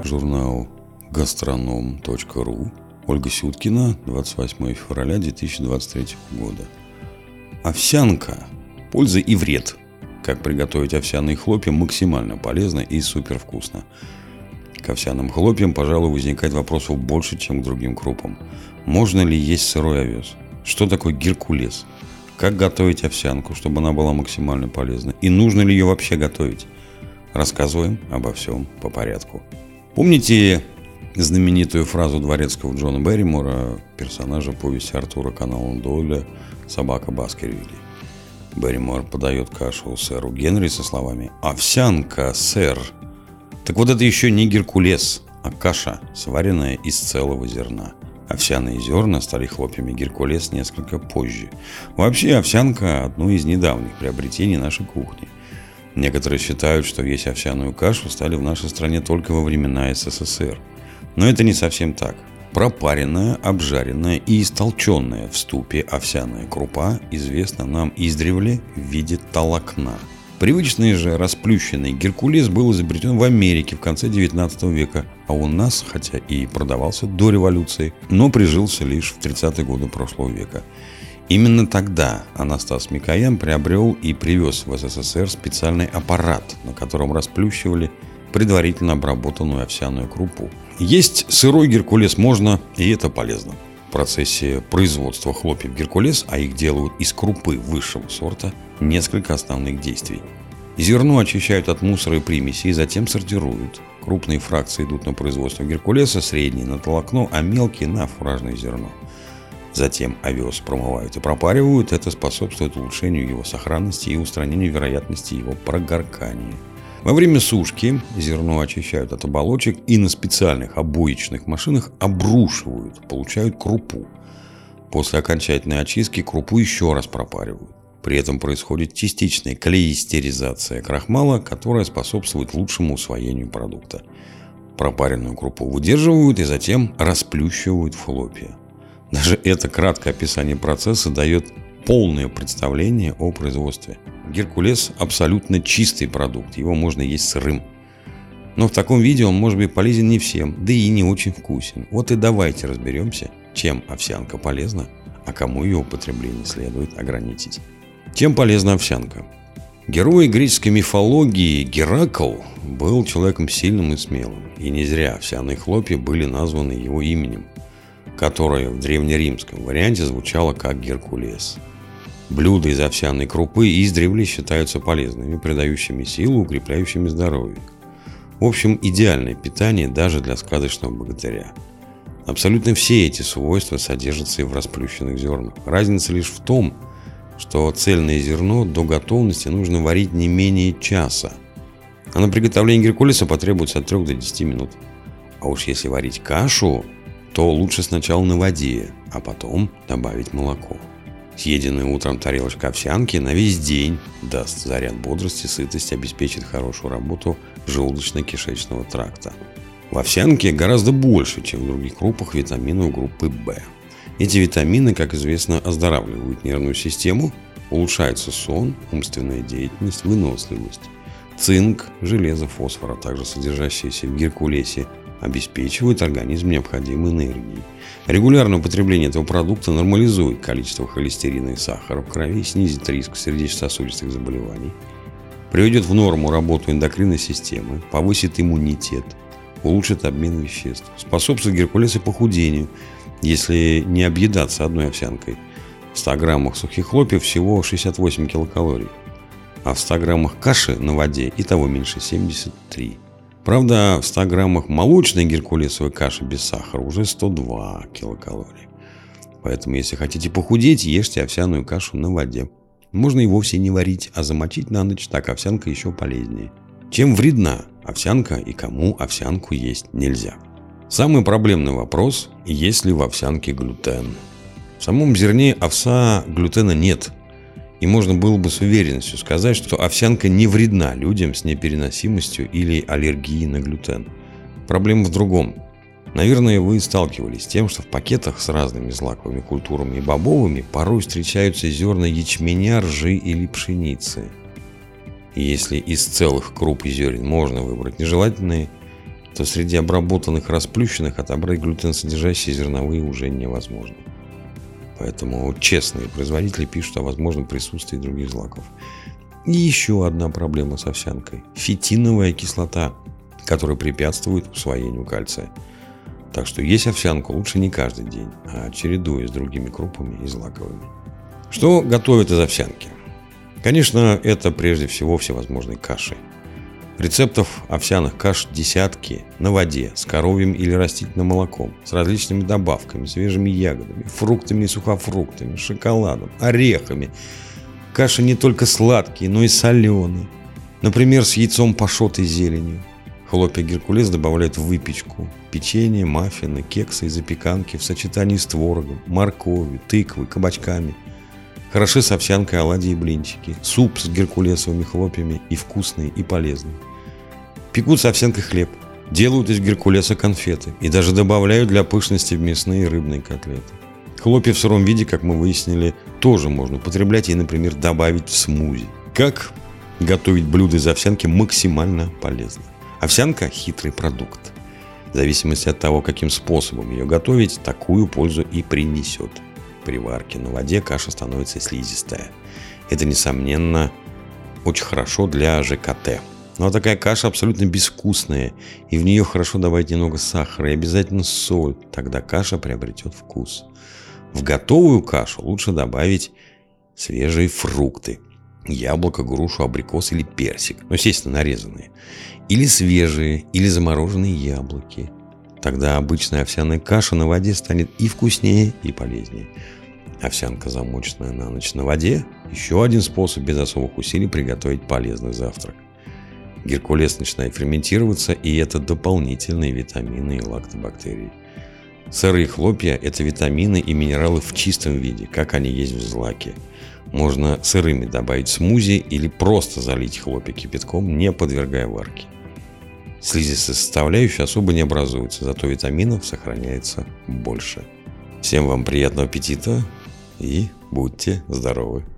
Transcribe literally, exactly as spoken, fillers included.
журнал гастроном точка ру. Ольга Сюткина, двадцать восьмое февраля две тысячи двадцать третьего года. Овсянка. Польза и вред. Как приготовить овсяные хлопья максимально полезно и супер вкусно. К овсяным хлопьям, пожалуй, возникает вопросов больше, чем к другим крупам. Можно ли есть сырой овес? Что такое геркулес? Как готовить овсянку, чтобы она была максимально полезна? И нужно ли ее вообще готовить? Рассказываем обо всем по порядку. Помните знаменитую фразу дворецкого Джона Берримора, персонажа повести Артура Конан Дойля «Собака Баскервилей»? Берримор подает кашу сэру Генри со словами: «Овсянка, сэр». Так вот, это еще не геркулес, а каша, сваренная из целого зерна. Овсяные зерна стали хлопьями геркулес несколько позже. Вообще, овсянка – одно из недавних приобретений нашей кухни. Некоторые считают, что есть овсяную кашу стали в нашей стране только во времена эс эс эс эр. Но это не совсем так. Пропаренная, обжаренная и истолченная в ступе овсяная крупа известна нам издревле в виде толокна. Привычный же расплющенный геркулес был изобретен в Америке в конце девятнадцатого века, а у нас, хотя и продавался до революции, но прижился лишь в тридцатые годы прошлого века. Именно тогда Анастас Микоян приобрел и привез в эс эс эс эр специальный аппарат, на котором расплющивали предварительно обработанную овсяную крупу. Есть сырой геркулес можно, и это полезно. В процессе производства хлопьев геркулес, а их делают из крупы высшего сорта, несколько основных действий. Зерно очищают от мусора и примесей, затем сортируют. Крупные фракции идут на производство геркулеса, средние на толокно, а мелкие на фуражное зерно. Затем овес промывают и пропаривают. Это способствует улучшению его сохранности и устранению вероятности его прогоркания. Во время сушки зерно очищают от оболочек и на специальных обоечных машинах обрушивают, получают крупу. После окончательной очистки крупу еще раз пропаривают. При этом происходит частичная клейстеризация крахмала, которая способствует лучшему усвоению продукта. Пропаренную крупу выдерживают и затем расплющивают в хлопья. Даже это краткое описание процесса дает полное представление о производстве. Геркулес – абсолютно чистый продукт, его можно есть сырым. Но в таком виде он может быть полезен не всем, да и не очень вкусен. Вот и давайте разберемся, чем овсянка полезна, а кому ее употребление следует ограничить. Чем полезна овсянка? Герой греческой мифологии Геракл был человеком сильным и смелым, и не зря овсяные хлопья были названы его именем, которое в древнеримском варианте звучало как Геркулес. Блюда из овсяной крупы издревле считаются полезными, придающими силу, укрепляющими здоровье. В общем, идеальное питание даже для сказочного богатыря. Абсолютно все эти свойства содержатся и в расплющенных зернах. Разница лишь в том, что цельное зерно до готовности нужно варить не менее часа, а на приготовление геркулеса потребуется от трёх до десяти минут. А уж если варить кашу, то лучше сначала на воде, а потом добавить молоко. Съеденная утром тарелочка овсянки на весь день даст заряд бодрости, сытости, обеспечит хорошую работу желудочно-кишечного тракта. В овсянке гораздо больше, чем в других крупах, витаминов группы В. Эти витамины, как известно, оздоравливают нервную систему, улучшается сон, умственная деятельность, выносливость. Цинк, железо, фосфор, а также содержащиеся в геркулесе, обеспечивают организм необходимой энергией. Регулярное употребление этого продукта нормализует количество холестерина и сахара в крови, снизит риск сердечно-сосудистых заболеваний, приведет в норму работу эндокринной системы, повысит иммунитет, улучшит обмен веществ, способствует геркулесу похудению, если не объедаться одной овсянкой. В ста граммах сухих хлопьев всего шестьдесят восемь килокалорий, а в ста граммах каши на воде и того меньше семьдесят три. Правда, в ста граммах молочной геркулесовой каши без сахара уже сто два килокалории. Поэтому, если хотите похудеть, ешьте овсяную кашу на воде. Можно и вовсе не варить, а замочить на ночь, так овсянка еще полезнее. Чем вредна овсянка и кому овсянку есть нельзя? Самый проблемный вопрос – есть ли в овсянке глютен? В самом зерне овса глютена нет. И можно было бы с уверенностью сказать, что овсянка не вредна людям с непереносимостью или аллергией на глютен. Проблема в другом. Наверное, вы сталкивались с тем, что в пакетах с разными злаковыми культурами и бобовыми порой встречаются зерна ячменя, ржи или пшеницы. И если из целых круп и зерен можно выбрать нежелательные, то среди обработанных расплющенных отобрать глютенсодержащие зерновые уже невозможно. Поэтому честные производители пишут о возможном присутствии других злаков. И еще одна проблема с овсянкой – фитиновая кислота, которая препятствует усвоению кальция. Так что есть овсянку лучше не каждый день, а чередуя с другими крупами и злаковыми. Что готовят из овсянки? Конечно, это прежде всего всевозможные каши. Рецептов овсяных каш десятки на воде, с коровьим или растительным молоком, с различными добавками, свежими ягодами, фруктами и сухофруктами, шоколадом, орехами. Каши не только сладкие, но и соленые. Например, с яйцом пашот и зеленью. Хлопья Геркулес добавляют в выпечку, печенье, маффины, кексы и запеканки в сочетании с творогом, морковью, тыквой, кабачками. Хороши с овсянкой оладьи и блинчики, суп с геркулесовыми хлопьями и вкусные, и полезные. Пекут с овсянкой хлеб, делают из геркулеса конфеты и даже добавляют для пышности в мясные и рыбные котлеты. Хлопья в сыром виде, как мы выяснили, тоже можно употреблять и, например, добавить в смузи. Как готовить блюдо из овсянки максимально полезно? Овсянка – хитрый продукт. В зависимости от того, каким способом ее готовить, такую пользу и принесет. При варке на воде каша становится слизистая. Это, несомненно, очень хорошо для ЖКТ. Но такая каша абсолютно безвкусная, и в нее хорошо добавить немного сахара и обязательно соль, тогда каша приобретет вкус. В готовую кашу лучше добавить свежие фрукты. Яблоко, грушу, абрикос или персик. Ну, естественно, нарезанные. Или свежие, или замороженные яблоки. Тогда обычная овсяная каша на воде станет и вкуснее, и полезнее. Овсянка, замоченная на ночь на воде – еще один способ без особых усилий приготовить полезный завтрак. Геркулес начинает ферментироваться, и это дополнительные витамины и лактобактерии. Сырые хлопья – это витамины и минералы в чистом виде, как они есть в злаке. Можно сырыми добавить в смузи или просто залить хлопья кипятком, не подвергая варке. Слизистая составляющая особо не образуется, зато витаминов сохраняется больше. Всем вам приятного аппетита и будьте здоровы!